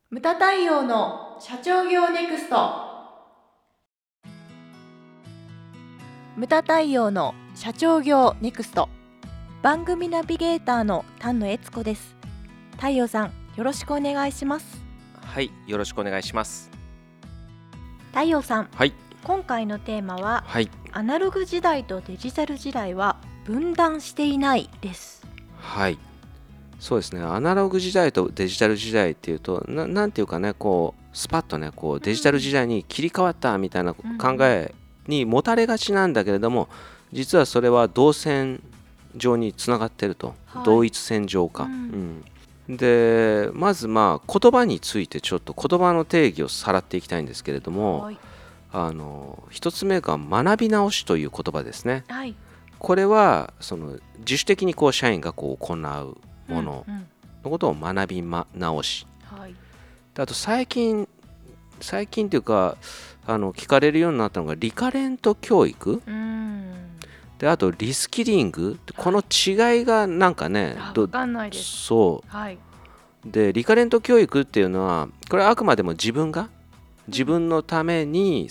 ムタ太陽の社長業ネクスト。ムタ太陽の社長業ネクスト、番組ナビゲーターの丹野悦子です。太陽さん、よろしくお願いします。 はい、よろしくお願いします。 太陽さん、 はい、 今回のテーマは、 はい、 アナログ時代とデジタル時代は分断していないです。 はい、そうですね。アナログ時代とデジタル時代っていうと、なんていうかね、こうスパッとね、こうデジタル時代に切り替わったみたいな考えに持たれがちなんだけれども、実はそれは動線上につながっていると、同一線上か。で、まず言葉についてちょっと言葉の定義をさらっていきたいんですけれども、一つ目が学び直しという言葉ですね。これはその自主的にこう社員がこう行うもののことを学び直し、であと最近というか聞かれるようになったのがリカレント教育で、あとリスキリング、この違いがなんかね、 分かんないです。 そうで、リカレント教育っていうのはこれはあくまでも自分のために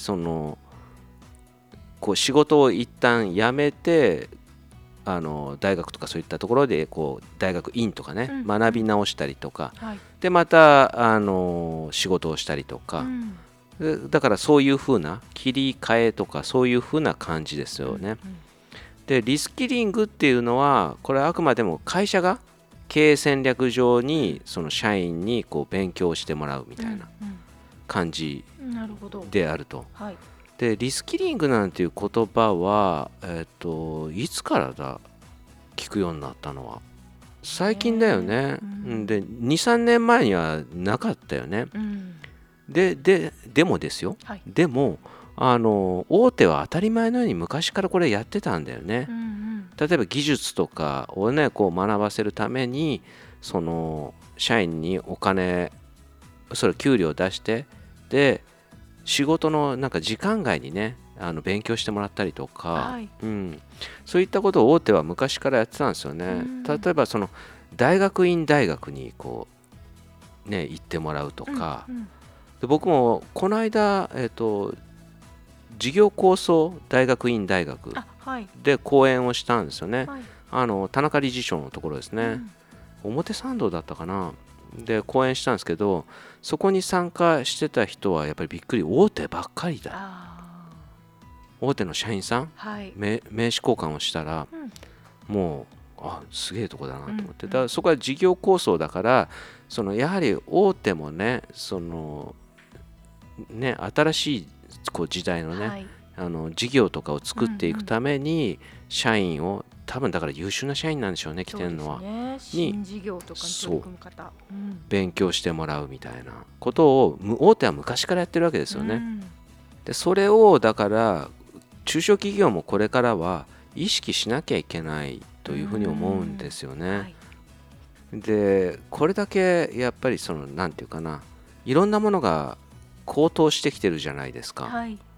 こう仕事を一旦辞めて大学とかそういったところでこう大学院とかね、学び直したりとか、でまた仕事をしたりとか、だからそういう風な切り替えとかそういう風な感じですよね。でリスキリングっていうのはこれはあくまでも会社が経営戦略上にその社員にこう勉強してもらうみたいな感じであると。でリスキリングなんていう言葉は、いつからだ聞くようになったのは最近だよね。で 2,3 年前にはなかったよね。でもですよ、でも大手は当たり前のように昔からこれやってたんだよね。例えば技術とかをねこう学ばせるためにその社員にお金、それ給料を出して、で仕事のなんか時間外にね勉強してもらったりとか、そういったことを大手は昔からやってたんですよね。例えばその大学院大学にこうね行ってもらうとか、で僕もこの間事業構想大学院大学で講演をしたんですよね。田中理事長のところですね。表参道だったかな。で講演したんですけど、そこに参加してた人はやっぱりびっくり、大手ばっかりだ。大手の社員さん、名刺交換をしたら、もうすげえとこだなと思って、だからそこは事業構想だから、そのやはり大手もね、そのね新しいこう時代のね、事業とかを作っていくために社員を多分だから優秀な社員なんでしょうね、来てるのは。 新事業とかに取り組む方、 勉強してもらうみたいなことを大手は昔からやってるわけですよね。でそれをだから中小企業もこれからは意識しなきゃいけないというふうに思うんですよね。でこれだけやっぱりそのなんていうかな、いろんなものが高騰してきてるじゃないですか。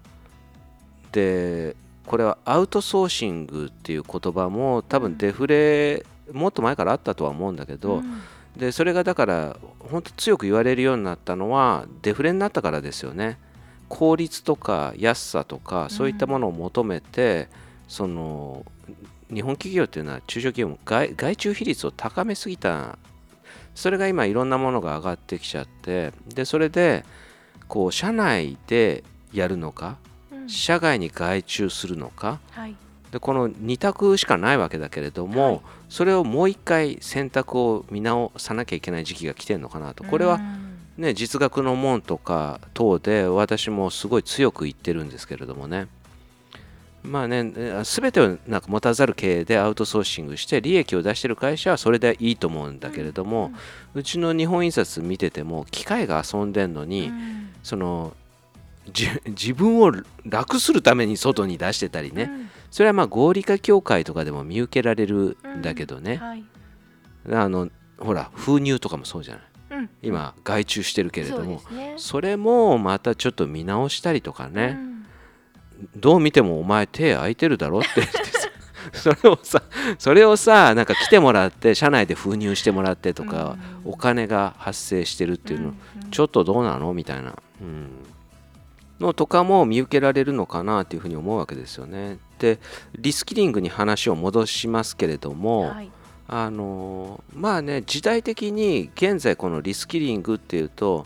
でこれはアウトソーシングっていう言葉も多分デフレ、もっと前からあったとは思うんだけど、でそれがだから本当強く言われるようになったのはデフレになったからですよね。効率とか安さとかそういったものを求めて、その日本企業っていうのは中小企業も外注比率を高めすぎた。それが今いろんなものが上がってきちゃって、でそれでこう社内でやるのか、社外に外注するのか、でこの2択しかないわけだけれども、それをもう一回選択を見直さなきゃいけない時期が来てるのかなと。これはね、実学の門とか等で私もすごい強く言ってるんですけれどもね、全てをなんか持たざる経営でアウトソーシングして利益を出している会社はそれでいいと思うんだけれども、うちの日本印刷見てても機械が遊んでんのに、その自分を楽するために外に出してたりね、それは合理化協会とかでも見受けられるんだけどね、ほら封入とかもそうじゃない。今外注してるけれども、それもまたちょっと見直したりとかね、どう見てもお前手空いてるだろってそれをさなんか来てもらって社内で封入してもらってとか、お金が発生してるっていうの、ちょっとどうなのみたいな、のとかも見受けられるのかなというふうに思うわけですよね。でリスキリングに話を戻しますけれども、まあね時代的に現在このリスキリングっていうと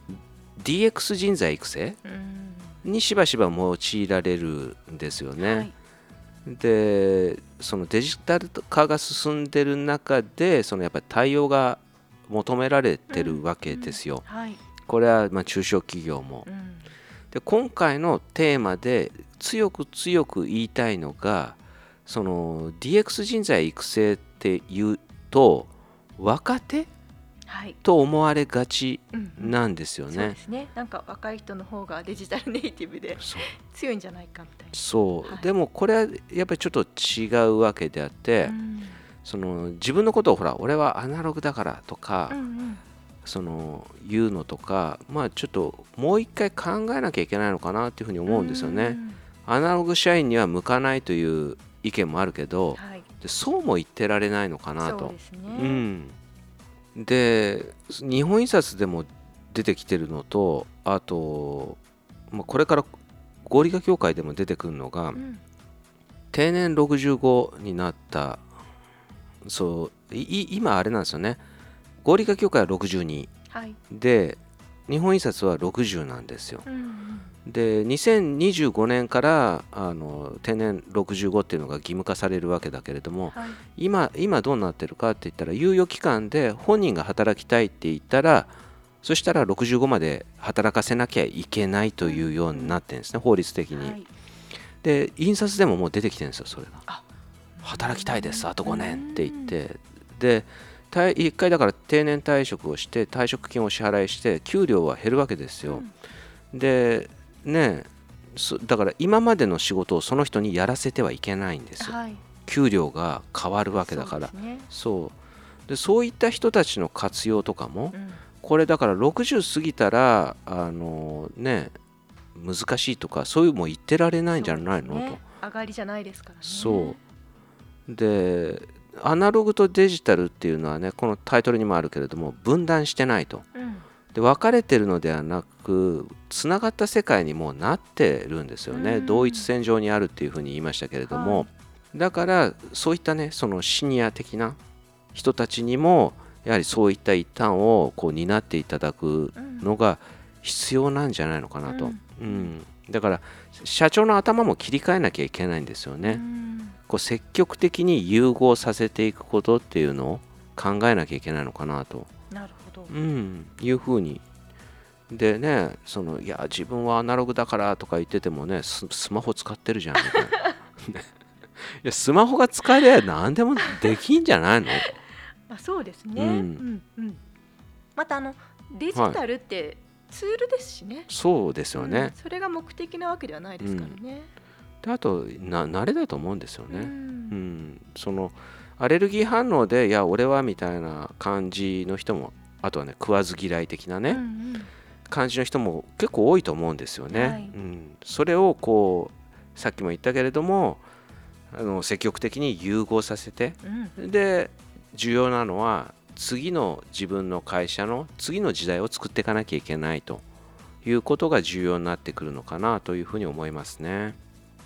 DX 人材育成にしばしば用いられるんですよね。でそのデジタル化が進んでる中でそのやっぱり対応が求められてるわけですよ。これはまあ中小企業も。で今回のテーマで強く言いたいのがその DX 人材育成っていうと若手と思われがちなんですよね。 そうですね。なんか若い人の方がデジタルネイティブで強いんじゃないかみたいな。 そう、でもこれはやっぱりちょっと違うわけであって、その自分のことをほら俺はアナログだからとか、その言うのとか、まあちょっともう一回考えなきゃいけないのかなっていうふうに思うんですよね。アナログ社員には向かないという意見もあるけど、でそうも言ってられないのかなと。そうですね。で日本印刷でも出てきてるのと、あと、これから合理化協会でも出てくるのが、定年65になった、そう今あれなんですよね。合理化協会は62、で日本印刷は60なんですよ。で2025年から定年65っていうのが義務化されるわけだけれども、今どうなってるかって言ったら猶予期間で本人が働きたいって言ったらそしたら65まで働かせなきゃいけないというようになってるんですね、法律的に。で印刷でももう出てきてるんですよそれが。働きたいですあと5年って言って、で1回だから定年退職をして退職金を支払いして給料は減るわけですよ。でね、だから今までの仕事をその人にやらせてはいけないんですよ、給料が変わるわけだから。そういった人たちの活用とかも、これだから60過ぎたらね難しいとかそういうも言ってられないんじゃないのと。 上がりじゃないですからね。 そうでアナログとデジタルっていうのはねこのタイトルにもあるけれども分断してないと。で分かれてるのではなくつながった世界にもうなってるんですよね。同一線上にあるっていうふうに言いましたけれども、だからそういったねそのシニア的な人たちにもやはりそういった一端をこう担っていただくのが必要なんじゃないのかなと。だから社長の頭も切り替えなきゃいけないんですよね。こう積極的に融合させていくことっていうのを考えなきゃいけないのかなと。 なるほど。 いうふうに。でねいや自分はアナログだからとか言っててもねスマホ使ってるじゃんみたいな。いやスマホが使えれば何でもできんじゃないの？ そうですね。またデジタルってツールですしね。そうですよね。それが目的なわけではないですからね。 であと慣れだと思うんですよね。そのアレルギー反応でいや俺はみたいな感じの人も、あとはね食わず嫌い的なね、感じの人も結構多いと思うんですよね。それをこうさっきも言ったけれども積極的に融合させて、で重要なのは次の自分の会社の次の時代を作っていかなきゃいけないということが重要になってくるのかなというふうに思いますね。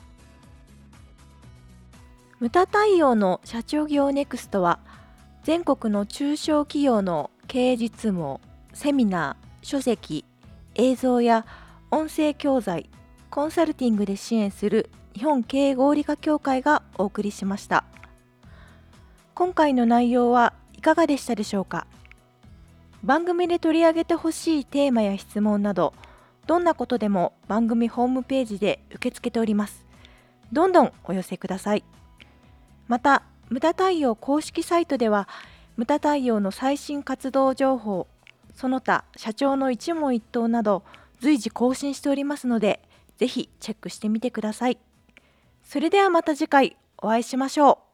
ムタ対応の社長業ネクストは全国の中小企業の経営実務、セミナー、書籍、映像や音声教材、コンサルティングで支援する日本経営合理化協会がお送りしました。今回の内容はいかがでしたでしょうか。番組で取り上げてほしいテーマや質問など、どんなことでも番組ホームページで受け付けております。どんどんお寄せください。また、ムタ対応公式サイトでは、ムタ対応の最新活動情報、その他社長の一問一答など随時更新しておりますので、ぜひチェックしてみてください。それではまた次回お会いしましょう。